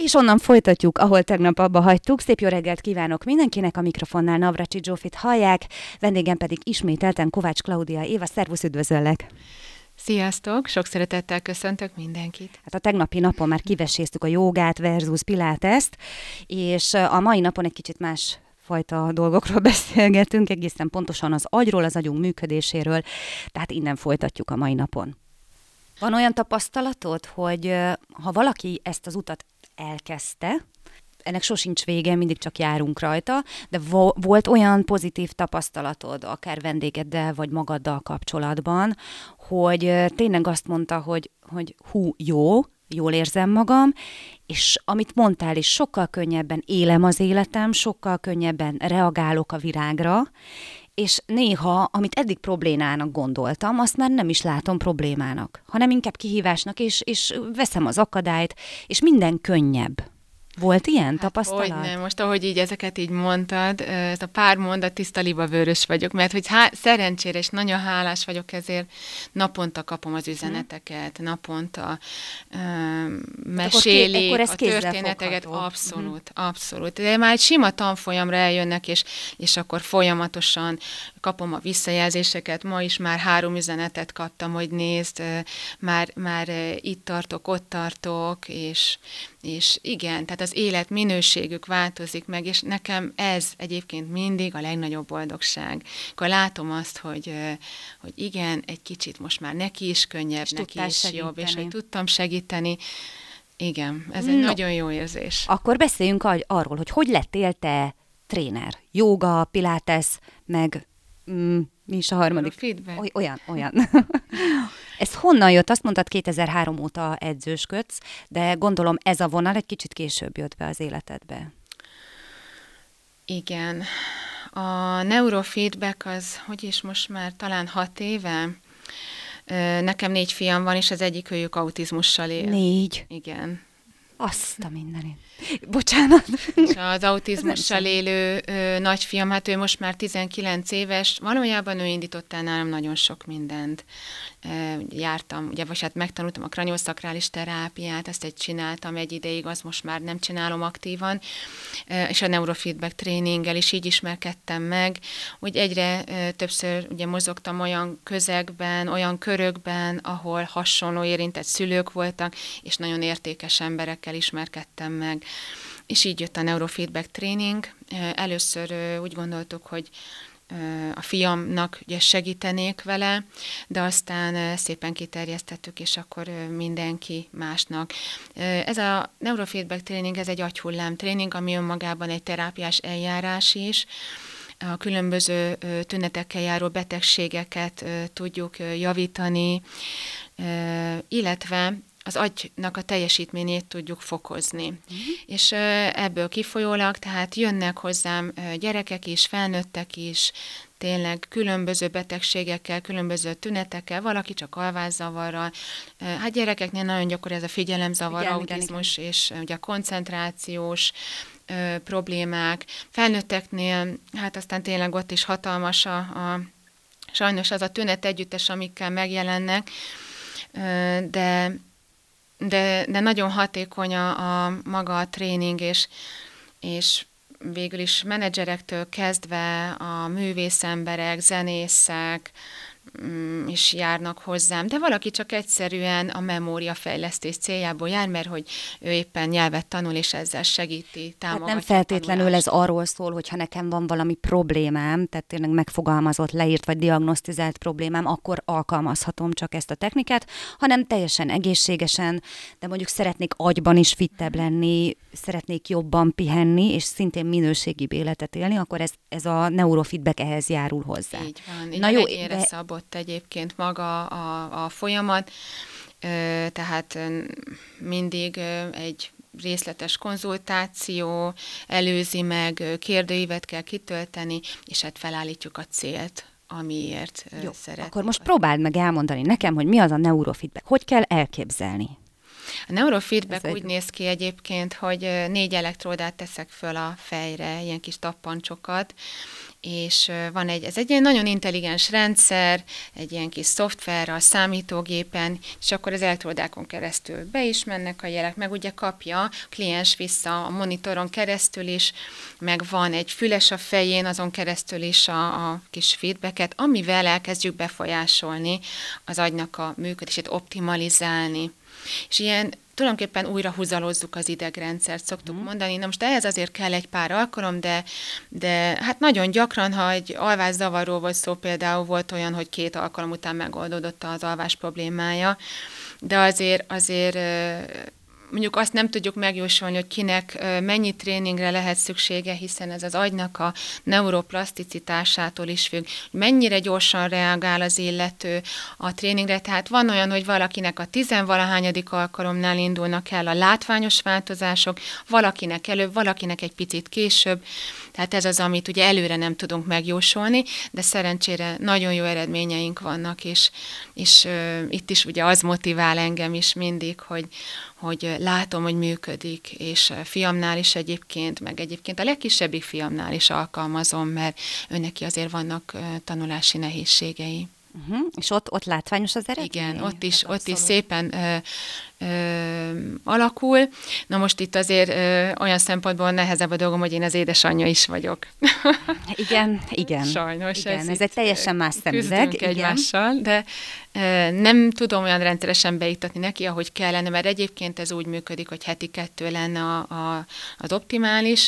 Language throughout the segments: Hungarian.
És onnan folytatjuk, ahol tegnap abba hagytuk. Szép jó reggelt kívánok mindenkinek, a mikrofonnál Navracsics Zsófit hallják, vendégem pedig ismételten Kovács Klaudia Éva. Szervusz, üdvözöllek! Sziasztok! Sok szeretettel köszöntök mindenkit! Hát a tegnapi napon már kiveséztük a jogát versus piláteszt, és a mai napon egy kicsit más fajta dolgokról beszélgetünk, egészen pontosan az agyról, az agyunk működéséről, tehát innen folytatjuk a mai napon. Van olyan tapasztalatod, hogy ha valaki ezt az utat elkezdte, ennek sosincs vége, mindig csak járunk rajta, de volt olyan pozitív tapasztalatod, akár vendégeddel, vagy magaddal kapcsolatban, hogy tényleg azt mondta, hogy jól érzem magam, és amit mondtál is, sokkal könnyebben élem az életem, sokkal könnyebben reagálok a világra, és néha, amit eddig problémának gondoltam, azt már nem is látom problémának, hanem inkább kihívásnak, és veszem az akadályt, és minden könnyebb. Volt ilyen tapasztalat? Hogyne, most ahogy így ezeket így mondtad, ez a pár mondat tiszta libavőrös vagyok, mert hogy szerencsére, és nagyon hálás vagyok ezért, naponta kapom az üzeneteket, naponta mesélik a történeteket, abszolút. De már egy sima tanfolyamra eljönnek, és akkor folyamatosan kapom a visszajelzéseket. Ma is már 3 üzenetet kaptam, hogy nézd, már itt tartok, ott tartok, és igen, tehát az élet minőségük változik meg, és nekem ez egyébként mindig a legnagyobb boldogság. Akkor látom azt, hogy igen, egy kicsit most már neki is könnyebb, neki is segíteni. Jobb, és hogy tudtam segíteni. Igen, ez egy nagyon jó érzés. Akkor beszéljünk arról, hogy lettél te tréner. Jóga, pilates, meg mi is a harmadik? Feedback. Olyan. Ez honnan jött? Azt mondtad, 2003 óta edzősködsz, de gondolom ez a vonal egy kicsit később jött be az életedbe. Igen. A neurofeedback az, hogy is most már talán 6 éve. Nekem 4 fiam van, és az egyik őjük autizmussal él. 4? Igen. Azt a mindenit. Bocsánat. És az autizmussal élő nagyfiam, hát ő most már 19 éves, valójában ő indított el nálam nagyon sok mindent. Jártam, ugye, vagy hát megtanultam a kranioszakrális terápiát, ezt csináltam egy ideig, azt most már nem csinálom aktívan, és a neurofeedback tréninggel is így ismerkedtem meg, hogy egyre többször ugye mozogtam olyan közegben, olyan körökben, ahol hasonló érintett szülők voltak, és nagyon értékes emberekkel ismerkedtem meg. És így jött a neurofeedback tréning. Először úgy gondoltuk, hogy a fiamnak ugye segítenék vele, de aztán szépen kiterjesztettük, és akkor mindenki másnak. Ez a neurofeedback tréning, ez egy agyhullám tréning, ami önmagában egy terápiás eljárás is. A különböző tünetekkel járó betegségeket tudjuk javítani, illetve az agynak a teljesítményét tudjuk fokozni. És ebből kifolyólag, tehát jönnek hozzám gyerekek is, felnőttek is, tényleg különböző betegségekkel, különböző tünetekkel, valaki csak alvászavarral. Hát gyerekeknél nagyon gyakori ez a figyelemzavar, autizmus, és ugye a koncentrációs problémák. Felnőtteknél, hát aztán tényleg ott is hatalmas sajnos az a tünet együttes, amikkel megjelennek, de nagyon hatékony a maga a tréning, és végül is menedzserektől kezdve a művészemberek, zenészek is járnak hozzám, de valaki csak egyszerűen a memóriafejlesztés céljából jár, mert hogy ő éppen nyelvet tanul, és ezzel segíti, támogatja. Hát nem feltétlenül ez arról szól, hogyha nekem van valami problémám, tehát tényleg megfogalmazott, leírt vagy diagnosztizált problémám, akkor alkalmazhatom csak ezt a technikát, hanem teljesen egészségesen, de mondjuk szeretnék agyban is fittebb lenni, szeretnék jobban pihenni, és szintén minőségibb életet élni, akkor ez a neurofeedback ehhez járul hozzá. Így van. Így jó, szabott egyébként maga a folyamat, tehát mindig egy részletes konzultáció előzi meg, kérdőívet kell kitölteni, és hát felállítjuk a célt, amiért szeretnék. Akkor most próbáld meg elmondani nekem, hogy mi az a neurofeedback, hogy kell elképzelni? A neurofeedback úgy néz ki egyébként, hogy 4 elektródát teszek föl a fejre, ilyen kis tappancsokat, és ez egy ilyen nagyon intelligens rendszer, egy ilyen kis szoftver a számítógépen, és akkor az elektrodákon keresztül be is mennek a jelek, meg ugye kapja a kliens vissza a monitoron keresztül is, meg van egy füles a fején, azon keresztül is a kis feedbacket, amivel elkezdjük befolyásolni az agynak a működését, optimalizálni. És ilyen tulajdonképpen újra húzalozzuk az idegrendszert, szoktuk mondani. Na most ehhez azért kell egy pár alkalom, de hát nagyon gyakran, ha egy alvászavarról volt szó, például volt olyan, hogy 2 alkalom után megoldódott az alvás problémája, de azért mondjuk azt nem tudjuk megjósolni, hogy kinek mennyi tréningre lehet szüksége, hiszen ez az agynak a neuroplaszticitásától is függ, mennyire gyorsan reagál az illető a tréningre. Tehát van olyan, hogy valakinek a 10-valahányadik alkalomnál indulnak el a látványos változások, valakinek előbb, valakinek egy picit később. Tehát ez az, amit ugye előre nem tudunk megjósolni, de szerencsére nagyon jó eredményeink vannak, és itt is ugye az motivál engem is mindig, hogy látom, hogy működik, és fiamnál is egyébként, meg egyébként a legkisebbik fiamnál is alkalmazom, mert őneki azért vannak tanulási nehézségei. És ott látványos az eredmény? Igen, ott is szépen alakul. Na most itt azért olyan szempontból nehezebb a dolgom, hogy én az édesanyja is vagyok. Igen. Sajnos. Igen, ez egy teljesen más szemüveg. Küzdünk egymással, de nem tudom olyan rendszeresen beiktatni neki, ahogy kellene, mert egyébként ez úgy működik, hogy heti 2 lenne az optimális,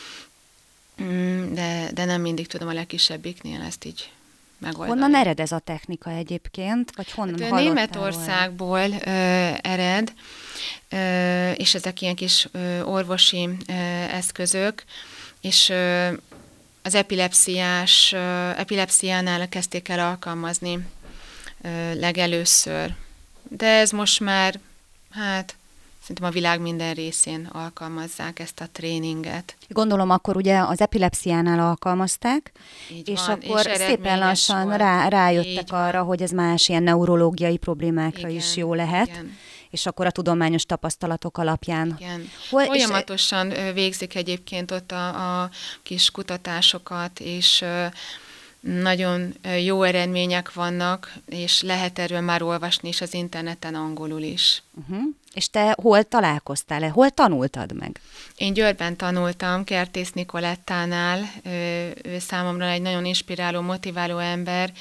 de nem mindig tudom a legkisebbiknél ezt így megoldani. Honnan ered ez a technika egyébként? Vagy honnan hallottál? Németországból ered, és ezek ilyen kis orvosi eszközök, és az epilepsziánál kezdték el alkalmazni legelőször. De ez most már, szerintem a világ minden részén alkalmazzák ezt a tréninget. Gondolom, akkor ugye az epilepsziánál alkalmazták, és akkor és szépen lassan rájöttek arra, hogy ez más ilyen neurológiai problémákra is jó lehet. Igen. És akkor a tudományos tapasztalatok alapján. Igen. Folyamatosan végzik egyébként ott a kis kutatásokat, és nagyon jó eredmények vannak, és lehet erről már olvasni is az interneten angolul is. És te hol találkoztál-e? Hol tanultad meg? Én Győrben tanultam, Kertész Nikolettánál. Ő számomra egy nagyon inspiráló, motiváló ember.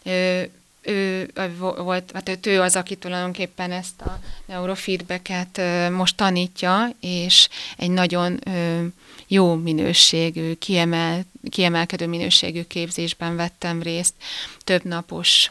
Ő az, aki tulajdonképpen ezt a neurofeedbacket most tanítja, és egy nagyon jó minőségű, kiemelkedő minőségű képzésben vettem részt. Több napos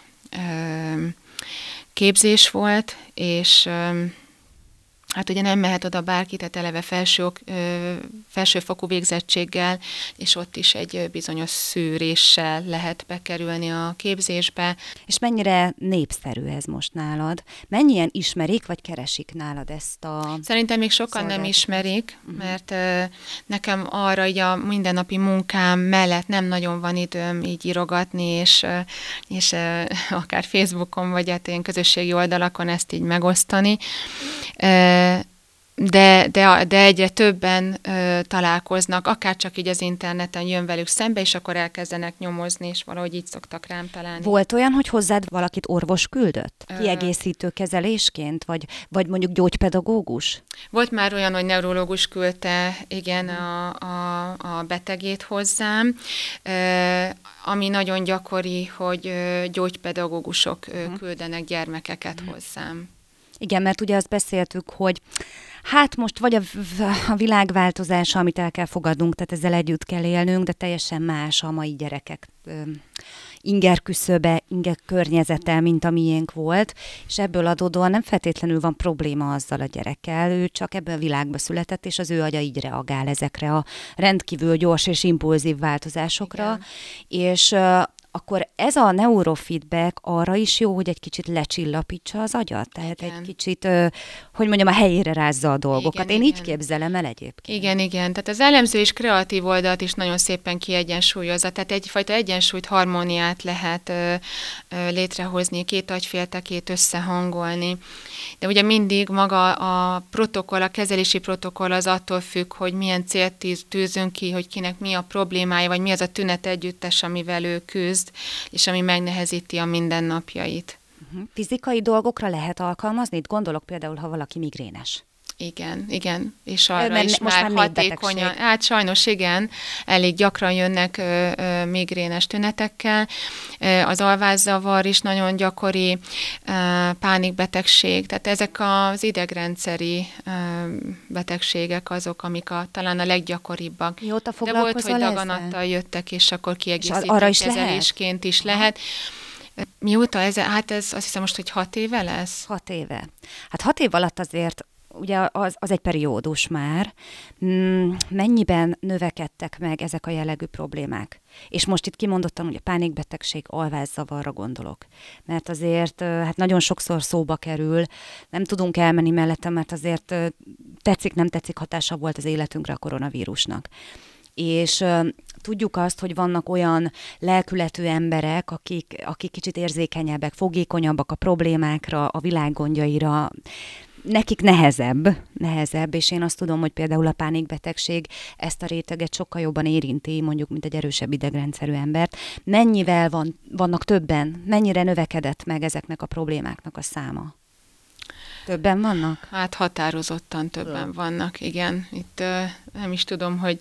képzés volt, és hát ugye nem mehet oda bárki, tehát eleve felsőfokú végzettséggel, és ott is egy bizonyos szűréssel lehet bekerülni a képzésbe. És mennyire népszerű ez most nálad? Mennyien ismerik, vagy keresik nálad ezt a... Szerintem még sokan nem ismerik, mert nekem arra így a mindennapi munkám mellett nem nagyon van időm így írogatni, és akár Facebookon, vagy hát ilyen közösségi oldalakon ezt így megosztani. De egyre többen találkoznak, akár csak így az interneten jön velük szembe, és akkor elkezdenek nyomozni, és valahogy így szoktak rám találni. Volt olyan, hogy hozzád valakit orvos küldött? Kiegészítő kezelésként? Vagy mondjuk gyógypedagógus? Volt már olyan, hogy neurológus küldte, igen, a betegét hozzám, ami nagyon gyakori, hogy gyógypedagógusok küldenek gyermekeket hozzám. Igen, mert ugye azt beszéltük, hogy hát most vagy a világváltozása, amit el kell fogadnunk, tehát ezzel együtt kell élnünk, de teljesen más a mai gyerekek ingerküszöbe, inger környezete, mint a miénk volt, és ebből adódóan nem feltétlenül van probléma azzal a gyerekkel, ő csak ebben a világba született, és az ő agya így reagál ezekre a rendkívül gyors és impulzív változásokra, igen. És akkor ez a neurofeedback arra is jó, hogy egy kicsit lecsillapítsa az agyat? Tehát Igen. egy kicsit, hogy mondjam, a helyére rázza a dolgokat. Igen, Én így képzelem el egyébként. Igen. Tehát az elemző és kreatív oldalt is nagyon szépen kiegyensúlyozza. Tehát egyfajta egyensúlyt, harmóniát lehet létrehozni, két agyféltekét összehangolni. De ugye mindig maga a protokoll, a kezelési protokoll az attól függ, hogy milyen célt tűzünk ki, hogy kinek mi a problémája, vagy mi az a tünet együttes, amivel ő küzd, és ami megnehezíti a mindennapjait. Fizikai dolgokra lehet alkalmazni? Itt gondolok például, ha valaki migrénes. Igen, és arra is most már hatékonyan. Hát sajnos igen, elég gyakran jönnek migrénes tünetekkel. Az alvászavar is nagyon gyakori, pánikbetegség, tehát ezek az idegrendszeri betegségek azok, amik talán a leggyakoribbak. Mióta de volt, hogy daganattal jöttek, és akkor kiegészítő kezelésként is lehet. Mióta ez? Hát ez azt hiszem most, hogy 6 éve lesz? 6 éve. Hát 6 év alatt azért ugye az egy periódus már. Mennyiben növekedtek meg ezek a jellegű problémák? És most itt kimondottan ugye pánikbetegség, alvászavarra gondolok. Mert azért hát nagyon sokszor szóba kerül, nem tudunk elmenni mellette, mert azért tetszik-nem tetszik hatása volt az életünkre a koronavírusnak. És tudjuk azt, hogy vannak olyan lelkületű emberek, akik kicsit érzékenyebbek, fogékonyabbak a problémákra, a világ gondjaira, nekik nehezebb, és én azt tudom, hogy például a pánikbetegség ezt a réteget sokkal jobban érinti, mondjuk, mint egy erősebb idegrendszerű embert. Mennyivel vannak többen? Mennyire növekedett meg ezeknek a problémáknak a száma? Többen vannak? Hát határozottan többen vannak, igen. Itt nem is tudom, hogy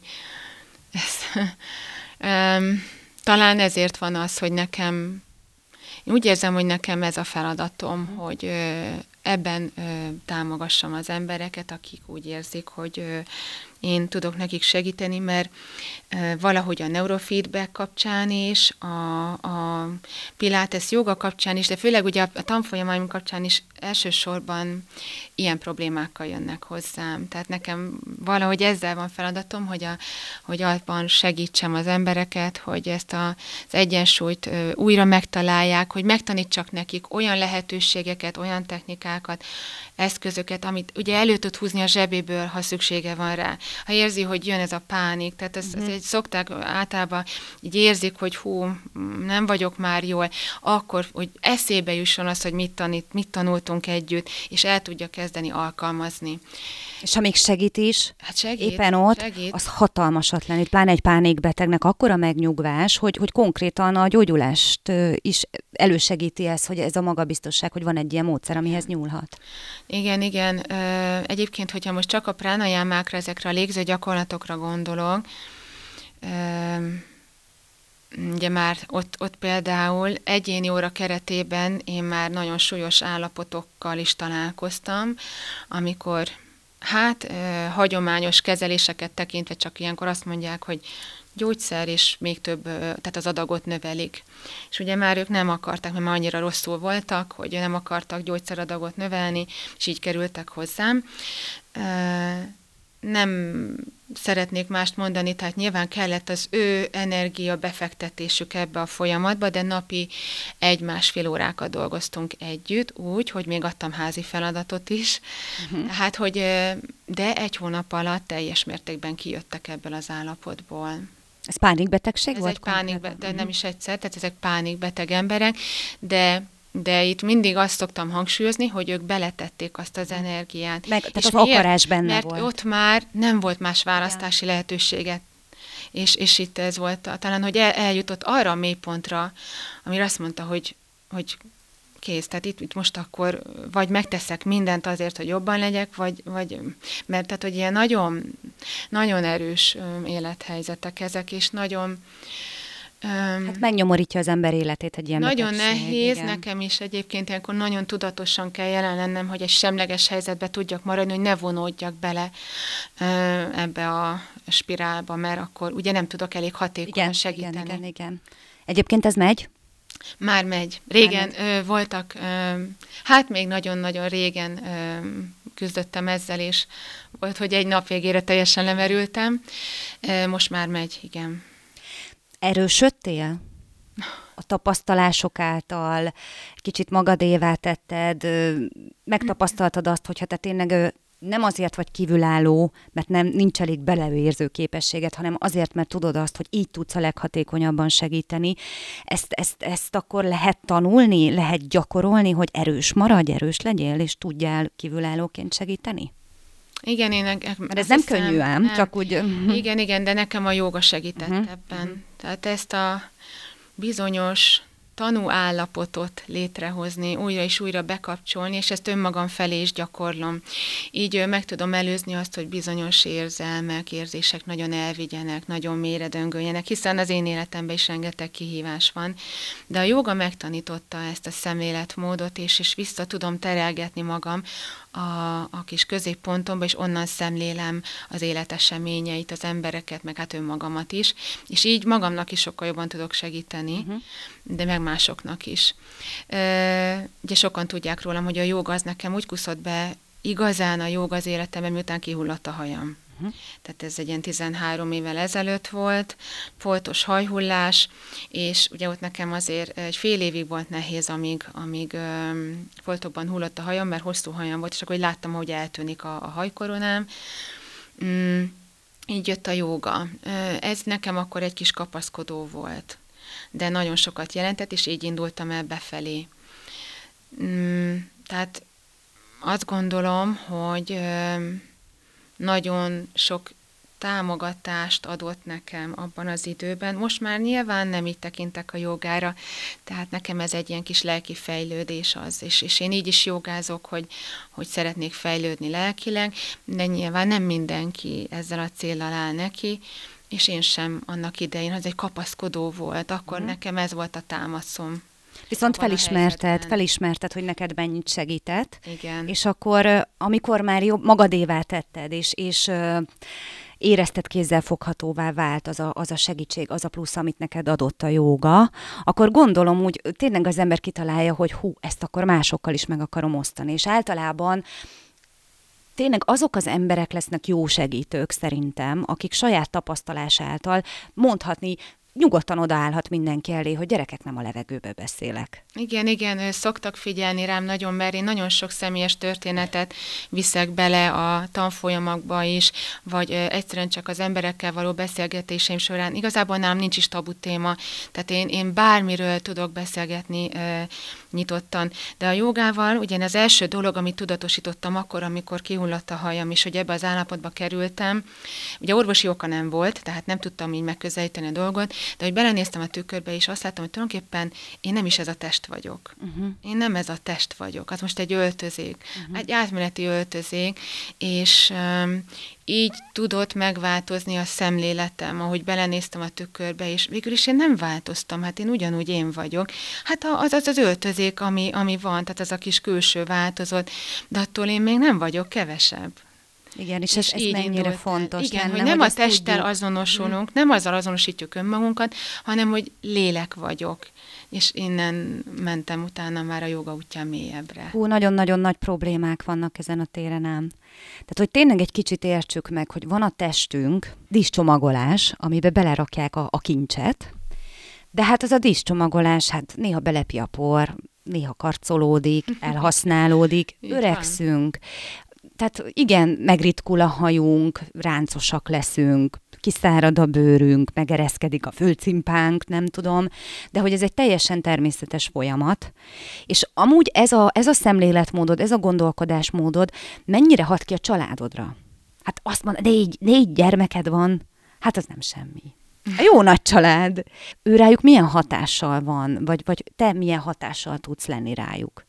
talán ezért van az, hogy én úgy érzem, hogy nekem ez a feladatom, hogy ebben támogassam az embereket, akik úgy érzik, hogy én tudok nekik segíteni, mert valahogy a neurofeedback kapcsán is, a Pilates joga kapcsán is, de főleg ugye a tanfolyamaim kapcsán is elsősorban ilyen problémákkal jönnek hozzám. Tehát nekem valahogy ezzel van feladatom, hogy abban segítsem az embereket, hogy ezt az egyensúlyt újra megtalálják, hogy megtanítsak nekik olyan lehetőségeket, olyan technikákat, eszközöket, amit ugye elő tud húzni a zsebéből, ha szüksége van rá. Ha érzi, hogy jön ez a pánik, tehát ezt szokták általában, így érzik, hogy nem vagyok már jól, akkor, hogy eszébe jusson az, hogy mit tanultunk együtt, és el tudja kezdeni alkalmazni. És ha még segít is, hát segít, éppen ott, az hatalmasat lenni. Pláne egy pánikbetegnek akkora megnyugvás, hogy konkrétan a gyógyulást is elősegíti ez, hogy ez a magabiztosság, hogy van egy ilyen módszer, amihez nyúlhat. Igen. Egyébként, hogyha most csak a pránajámákra, ezekre a légző gyakorlatokra gondolok, ugye már ott például egyéni óra keretében én már nagyon súlyos állapotokkal is találkoztam, amikor hagyományos kezeléseket tekintve csak ilyenkor azt mondják, hogy gyógyszer, és még több, tehát az adagot növelik. És ugye már ők nem akarták, mert már annyira rosszul voltak, hogy nem akartak gyógyszeradagot növelni, és így kerültek hozzám. Nem szeretnék mást mondani, tehát nyilván kellett az ő energia befektetésük ebbe a folyamatba, de napi 1-1,5 órákat dolgoztunk együtt, úgy, hogy még adtam házi feladatot is. Tehát, de 1 hónap alatt teljes mértékben kijöttek ebből az állapotból. Ez pánikbetegség volt? Ez egy pánikbeteg, nem is egyszer, tehát ezek pánikbeteg emberek, de itt mindig azt szoktam hangsúlyozni, hogy ők beletették azt az energiát. Tehát az akarás benne mert volt. Mert ott már nem volt más választási lehetőséget. És itt ez volt talán, hogy eljutott arra a mélypontra, amire azt mondta, hogy kész, tehát itt most akkor vagy megteszek mindent azért, hogy jobban legyek, vagy mert tehát, hogy ilyen nagyon, nagyon erős élethelyzetek ezek, és nagyon... Hát megnyomorítja az ember életét egy ilyen nagyon betegség. Nehéz, igen. Nekem is egyébként ilyenkor nagyon tudatosan kell jelen lennem, hogy egy semleges helyzetbe tudjak maradni, hogy ne vonódjak bele ebbe a spirálba, mert akkor ugye nem tudok elég hatékonyan segíteni. Igen. Egyébként ez megy? Már megy. Régen voltak, még nagyon-nagyon régen küzdöttem ezzel, és volt, hogy egy nap végére teljesen lemerültem. Most már megy, igen. Erősödtél? A a tapasztalások által, kicsit magadévá tetted, megtapasztaltad azt, hogyha te tényleg nem azért vagy kívülálló, mert nincs elég beleérző képességed, hanem azért, mert tudod azt, hogy így tudsz a leghatékonyabban segíteni. Ezt akkor lehet tanulni, lehet gyakorolni, hogy erős maradj, erős legyél, és tudjál kívülállóként segíteni? Igen, mert ez nem könnyű ám, nem. Csak úgy... Igen, de nekem a jóga segített ebben. Tehát ezt a bizonyos tanúállapotot létrehozni, újra és újra bekapcsolni, és ezt önmagam felé is gyakorlom. Így meg tudom előzni azt, hogy bizonyos érzelmek, érzések nagyon elvigyenek, nagyon mélyre döngöljenek, hiszen az én életemben is rengeteg kihívás van. De a jóga megtanította ezt a szemléletmódot, és vissza tudom terelgetni magam a kis középpontomba, és onnan szemlélem az élet eseményeit, az embereket, meg hát önmagamat is, és így magamnak is sokkal jobban tudok segíteni, de meg másoknak is. Ugye sokan tudják rólam, hogy a jóga az nekem úgy kuszott be, igazán a jóga az életemben, miután kihullott a hajam. Tehát ez egy ilyen 13 évvel ezelőtt volt, foltos hajhullás, és ugye ott nekem azért egy fél évig volt nehéz, amíg foltokban hullott a hajam, mert hosszú hajam volt, és akkor láttam, hogy eltűnik a hajkoronám. Így jött a jóga. Ez nekem akkor egy kis kapaszkodó volt, de nagyon sokat jelentett, és így indultam el befelé. Tehát azt gondolom, hogy nagyon sok támogatást adott nekem abban az időben. Most már nyilván nem így tekintek a jogára, tehát nekem ez egy ilyen kis lelki fejlődés az, és én így is jogázok, hogy szeretnék fejlődni lelkileg, de nyilván nem mindenki ezzel a céllal áll neki, és én sem annak idején, az egy kapaszkodó volt, akkor nekem ez volt a támaszom. Viszont felismerted, hogy neked mennyit segített. Igen. És akkor, amikor már magadévá tetted, és érezted kézzelfoghatóvá vált az a segítség, az a plusz, amit neked adott a jóga, akkor gondolom úgy tényleg az ember kitalálja, hogy ezt akkor másokkal is meg akarom osztani. És általában tényleg azok az emberek lesznek jó segítők szerintem, akik saját tapasztalás által mondhatni, nyugodtan odaállhat mindenki elé, hogy gyerekek, nem a levegőbe beszélek. Igen, szoktak figyelni rám nagyon, mert én nagyon sok személyes történetet viszek bele a tanfolyamokba is, vagy egyszerűen csak az emberekkel való beszélgetéseim során. Igazából nálam nincs is tabu téma, tehát én bármiről tudok beszélgetni nyitottan. De a jogával ugyan az első dolog, amit tudatosítottam akkor, amikor kihullott a hajam, és hogy ebbe az állapotba kerültem, ugye orvosi oka nem volt, tehát nem tudtam így megközelíteni a dolgot, de hogy belenéztem a tükörbe, és azt láttam, hogy tulajdonképpen én nem is ez a test vagyok. Én nem ez a test vagyok. Az most egy öltözék, egy átmeneti öltözék, és így tudott megváltozni a szemléletem, ahogy belenéztem a tükörbe, és végül is én nem változtam, hát én ugyanúgy én vagyok. Hát az öltözék, ami van, tehát az a kis külső változott, de attól én még nem vagyok kevesebb. Igen, és ez mennyire fontos. Igen, lenne, hogy nem a testtel azonosulunk, nem azzal azonosítjuk önmagunkat, hanem hogy lélek vagyok. És innen mentem utána már a jóga útján mélyebbre. Nagyon-nagyon nagy problémák vannak ezen a téren ám. Tehát, hogy tényleg egy kicsit értsük meg, hogy van a testünk, díszcsomagolás, amibe belerakják a kincset, de hát az a díszcsomagolás, hát néha belepi a por, néha karcolódik, elhasználódik, öregszünk. Tehát igen, megritkul a hajunk, ráncosak leszünk, kiszárad a bőrünk, megereszkedik a fülcimpánk, nem tudom, de hogy ez egy teljesen természetes folyamat. És amúgy ez a szemléletmódod, ez a gondolkodásmódod mennyire hat ki a családodra? Hát azt mondod, 4 gyermeked van, hát az nem semmi. A jó nagy család. Ő rájuk milyen hatással van, vagy te milyen hatással tudsz lenni rájuk?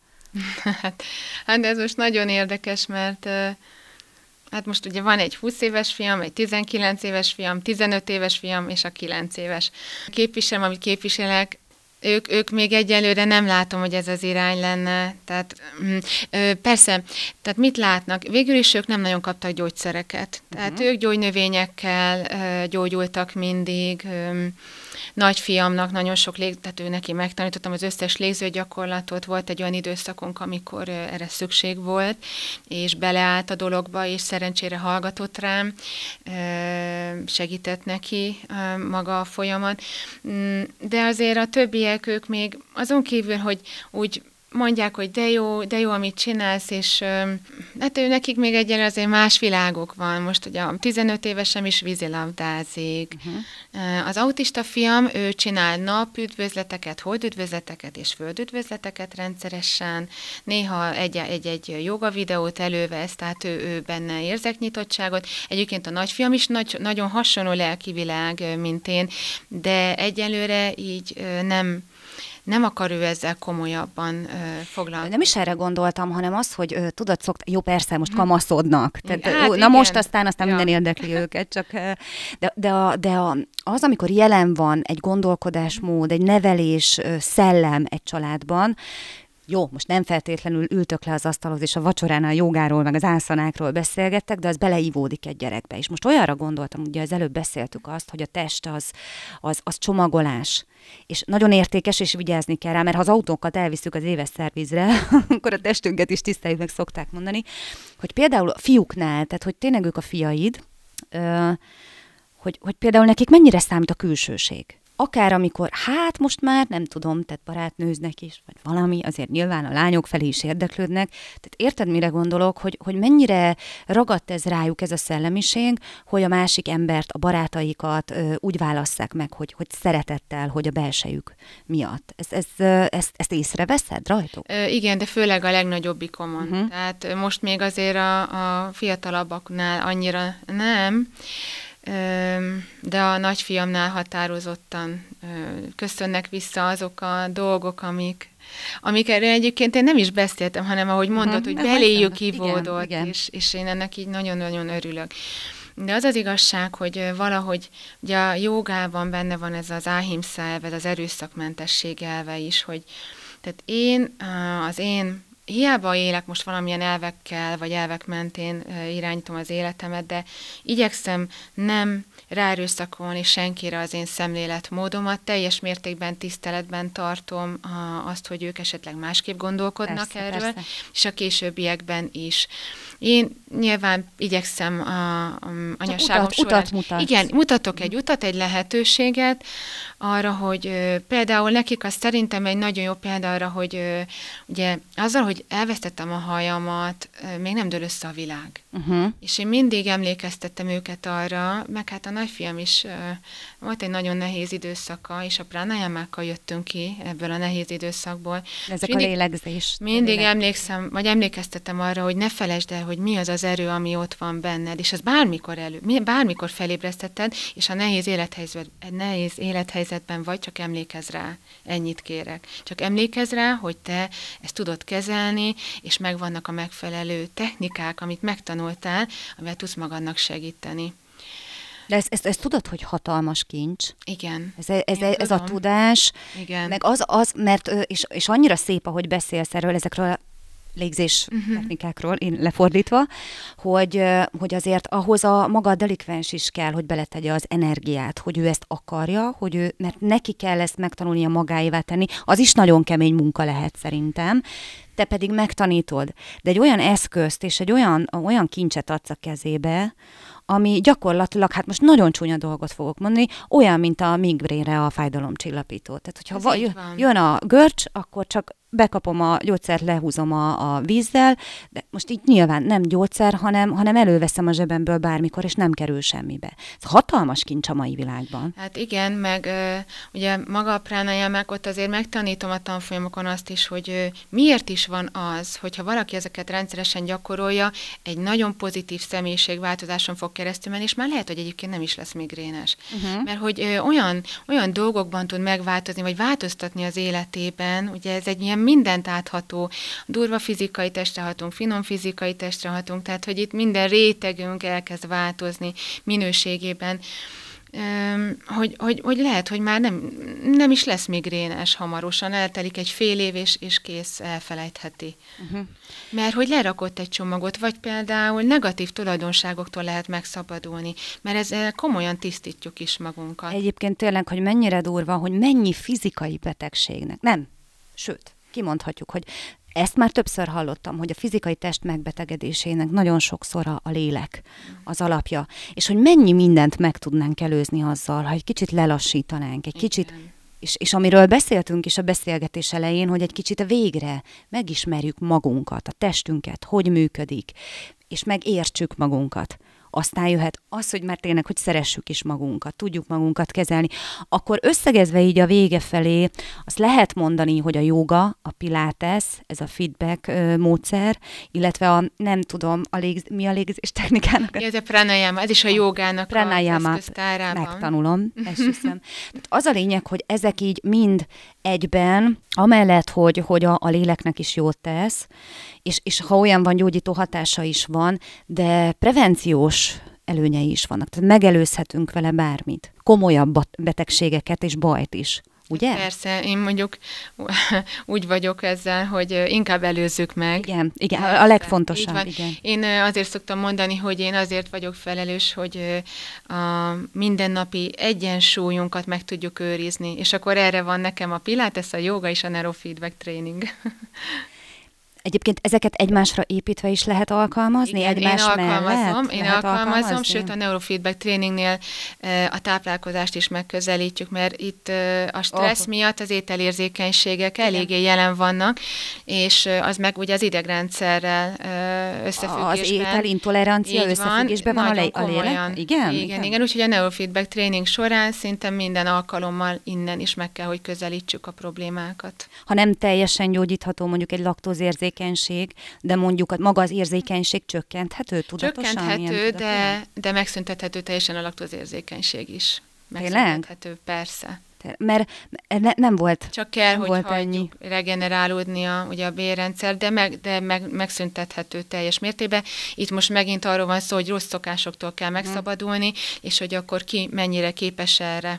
Hát ez most nagyon érdekes, mert hát most ugye van egy 20 éves fiam, egy 19 éves fiam, 15 éves fiam, és a 9 éves. Képviselem, amit képviselek, ők még egyelőre nem látom, hogy ez az irány lenne. Tehát persze, tehát mit látnak? Végül is ők nem nagyon kaptak gyógyszereket. Tehát ők gyógynövényekkel gyógyultak mindig. Nagyfiamnak nagyon sok tehát ő neki megtanítottam az összes légzőgyakorlatot, volt egy olyan időszakunk, amikor erre szükség volt, és beleállt a dologba, és szerencsére hallgatott rám, segített neki maga a folyamat. De azért a többiek gyerekek, ők még azon kívül, hogy úgy mondják, hogy de jó, amit csinálsz, és hát nekik még egyelőre azért más világok van. Most ugye a 15 évesem is vízilabdázik. Az autista fiam, ő csinál napüdvözleteket, holdüdvözleteket és földüdvözleteket rendszeresen. Néha egy joga videót elővesz, tehát ő benne érzeknyitottságot. Egyébként a nagyfiam is nagyon hasonló lelki világ, mint én, de egyelőre így nem akar ő ezzel komolyabban foglalkozni. Nem is erre gondoltam, hanem az, hogy tudod, jó, persze, most kamaszodnak. Tehát, Hát na igen. most aztán minden érdekli őket, csak az, amikor jelen van egy gondolkodásmód, egy nevelés szellem egy családban, jó, most nem feltétlenül ültök le az asztalhoz, és a vacsorán a jogáról, meg az ászanákról beszélgettek, de az beleívódik egy gyerekbe. És most olyanra gondoltam, ugye az előbb beszéltük azt, hogy a test az csomagolás. És nagyon értékes, és vigyázni kell rá, mert ha az autókat elviszük az éves szervizre, akkor a testünket is tiszteljük, meg szokták mondani, hogy például a fiúknál, tehát hogy tényleg ők a fiaid, hogy például nekik mennyire számít a külsőség. Akár amikor, most már nem tudom, tehát barátnőznek is, vagy valami, azért nyilván a lányok felé is érdeklődnek. Tehát érted, mire gondolok, hogy mennyire ragadt ez rájuk ez a szellemiség, hogy a másik embert, a barátaikat úgy válasszák meg, hogy szeretettel, hogy a belsejük miatt. Ezt észreveszed rajtuk? Igen, de főleg a legnagyobbikon. Tehát most még azért a fiatalabbaknál annyira nem, de a nagyfiamnál határozottan köszönnek vissza azok a dolgok, amik erről egyébként én nem is beszéltem, hanem ahogy mondod, hogy beléjük ivódott, és én ennek így nagyon-nagyon örülök. De az az igazság, hogy valahogy ugye a jogában benne van ez az ahimsa elve, az erőszakmentesség elve is, hogy tehát én hiába élek most valamilyen elvekkel, vagy elvek mentén irányítom az életemet, de igyekszem nem ráerőszakolni senkire az én szemléletmódomat, teljes mértékben tiszteletben tartom azt, hogy ők esetleg másképp gondolkodnak erről, és a későbbiekben is. Én nyilván igyekszem a anyaságom során. Igen, mutatok egy utat, egy lehetőséget arra, hogy például nekik az szerintem egy nagyon jó példa arra, hogy ugye azzal, hogy elvesztettem a hajamat, még nem dől össze a világ. És én mindig emlékeztettem őket arra, meg hát a nagyfiam is volt egy nagyon nehéz időszaka, és a pránajámákkal jöttünk ki ebből a nehéz időszakból. Ezek mindig, a lélegzés. Mindig emlékszem, vagy emlékeztetem arra, hogy ne felejtsd el, hogy mi az az erő, ami ott van benned, és az bármikor felébresztetted, és a nehéz élethelyzetben vagy, csak emlékezz rá. Ennyit kérek. Csak emlékezz rá, hogy te ezt tudod kezelni, és megvannak a megfelelő technikák, amit megtanultál, amivel tudsz magadnak segíteni. De ezt tudod, hogy hatalmas kincs? Igen. Ez a tudás, igen. Meg az mert, és annyira szép, ahogy beszélsz erről, ezekről a légzés technikákról, én lefordítva, hogy azért ahhoz a maga a delikvens is kell, hogy beletegye az energiát, hogy ő ezt akarja, mert neki kell ezt megtanulnia magáévá tenni. Az is nagyon kemény munka lehet szerintem, te pedig megtanítod. De egy olyan eszközt és egy olyan kincset adsz a kezébe, ami gyakorlatilag, hát most nagyon csúnya dolgot fogok mondani, olyan, mint a migrényre a fájdalomcsillapító. Tehát, hogyha jön a görcs, akkor csak bekapom a gyógyszert, lehúzom a vízzel, de most így nyilván nem gyógyszer, hanem előveszem a zsebemből bármikor, és nem kerül semmibe. Ez hatalmas kincs a mai világban. Hát igen, meg ugye maga a pránajámák, ott azért megtanítom a tanfolyamokon azt is, hogy miért is van az, hogyha valaki ezeket rendszeresen gyakorolja, egy nagyon pozitív személyiségváltozáson fog keresztül menni, és már lehet, hogy egyébként nem is lesz migrénes. Mert hogy olyan dolgokban tud megváltozni, vagy változtatni az életében, ugye ez egy ilyen mindent átható, durva fizikai testre hatunk, finom fizikai testre hatunk, tehát hogy itt minden rétegünk elkezd változni minőségében, hogy lehet, hogy már nem is lesz migrénes hamarosan, eltelik egy fél év, és kész, elfelejtheti. Mert hogy lerakott egy csomagot, vagy például negatív tulajdonságoktól lehet megszabadulni, mert ezzel komolyan tisztítjuk is magunkat. Egyébként tényleg, hogy mennyire durva, hogy mennyi fizikai betegségnek, nem, sőt, kimondhatjuk, hogy ezt már többször hallottam, hogy a fizikai test megbetegedésének nagyon sokszor a lélek az alapja. És hogy mennyi mindent meg tudnánk előzni azzal, ha egy kicsit lelassítanánk, egy kicsit, És amiről beszéltünk is a beszélgetés elején, hogy egy kicsit végre megismerjük magunkat, a testünket, hogy működik, és megértsük magunkat. Aztán jöhet az, hogy már tényleg, hogy szeressük is magunkat, tudjuk magunkat kezelni. Akkor összegezve így a vége felé, azt lehet mondani, hogy a jóga, a pilates, ez a feedback módszer, illetve a, nem tudom, mi a légzés technikának? Ez a pranayama, ez is a jogának az eszköztárában. Megtanulom, ezt hiszem. Az a lényeg, hogy ezek így mind egyben, amellett, hogy a léleknek is jót tesz, és ha olyan van, gyógyító hatása is van, de prevenciós előnyei is vannak. Tehát megelőzhetünk vele bármit. Komolyabb betegségeket és bajt is. Ugye? Persze, én mondjuk úgy vagyok ezzel, hogy inkább előzzük meg. Igen, a legfontosabb. Igen. Én azért szoktam mondani, hogy én azért vagyok felelős, hogy a mindennapi egyensúlyunkat meg tudjuk őrizni, és akkor erre van nekem a pilates, a jóga és a neurofeedback tréning. Egyébként ezeket egymásra építve is lehet alkalmazni? Igen, egymás én alkalmazom, sőt a neurofeedback tréningnél a táplálkozást is megközelítjük, mert itt a stressz miatt az ételérzékenységek eléggé jelen vannak, és az meg ugye az idegrendszerrel összefüggésben. Az ételintolerancia összefüggésben van a lélek? Igen, úgyhogy a neurofeedback tréning során szinte minden alkalommal innen is meg kell, hogy közelítsük a problémákat. Ha nem teljesen gyógyítható mondjuk egy laktózérzékenység, de mondjuk maga az érzékenység csökkenthető tudatosan? Csökkenthető, de megszüntethető teljesen a laktózérzékenység is. Megszüntethető, persze. Mert nem volt. Csak kell, hogy hagyjuk regenerálódni ugye a bélrendszer, de megszüntethető teljes mértékben. Itt most megint arról van szó, hogy rossz szokásoktól kell megszabadulni, és hogy akkor ki mennyire képes erre.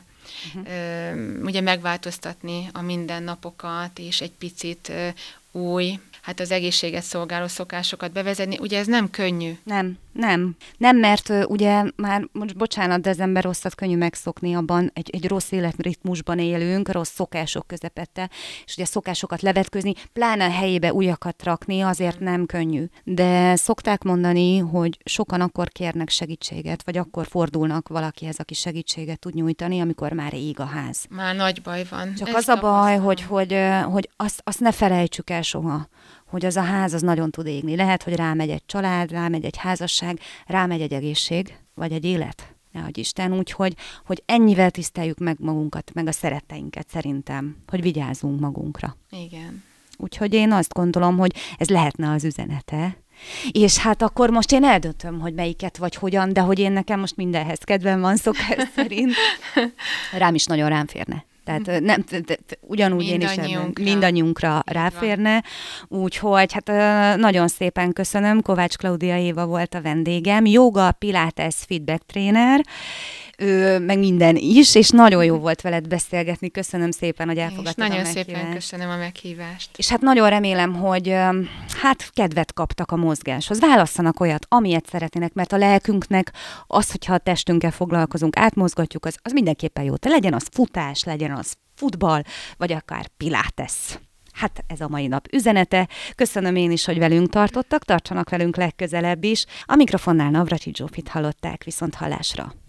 Ugye megváltoztatni a mindennapokat, és egy picit új, az egészséget szolgáló szokásokat bevezetni. Ugye ez nem könnyű. Nem, mert ugye már, most bocsánat, de az ember rosszat könnyű megszokni abban, egy rossz életritmusban élünk, rossz szokások közepette, és ugye szokásokat levetközni, pláne a helyébe újakat rakni, azért nem könnyű. De szokták mondani, hogy sokan akkor kérnek segítséget, vagy akkor fordulnak valakihez, aki segítséget tud nyújtani, amikor már ég a ház. Már nagy baj van. Csak az a baj, hogy azt ne felejtsük el soha, hogy az a ház az nagyon tud égni. Lehet, hogy rámegy egy család, rámegy egy házasság, rámegy egy egészség, vagy egy élet. Nehogy Isten, úgyhogy hogy ennyivel tiszteljük meg magunkat, meg a szeretteinket szerintem, hogy vigyázzunk magunkra. Igen. Úgyhogy én azt gondolom, hogy ez lehetne az üzenete. És akkor most én eldöntöm, hogy melyiket vagy hogyan, de hogy én nekem most mindenhez kedvem van szokás szerint. Rám is nagyon rám férne. Tehát ugyanúgy én is mindannyiunkra ráférne. Úgyhogy nagyon szépen köszönöm. Kovács Klaudia Éva volt a vendégem. Jóga, pilates, feedback tréner, meg minden is, és nagyon jó volt veled beszélgetni. Köszönöm szépen, hogy elfogadtad a meghívást. Nagyon szépen köszönöm a meghívást. És nagyon remélem, hogy kedvet kaptak a mozgáshoz. Válasszanak olyat, amilyet szeretnének, mert a lelkünknek az, hogyha a testünkkel foglalkozunk, átmozgatjuk, az mindenképpen jó. Legyen az futás, legyen az futball, vagy akár pilates. Ez a mai nap üzenete. Köszönöm én is, hogy velünk tartottak, tartsanak velünk legközelebb is. A mikrofonnál Navracsics Zsófit hallották, viszont hallásra.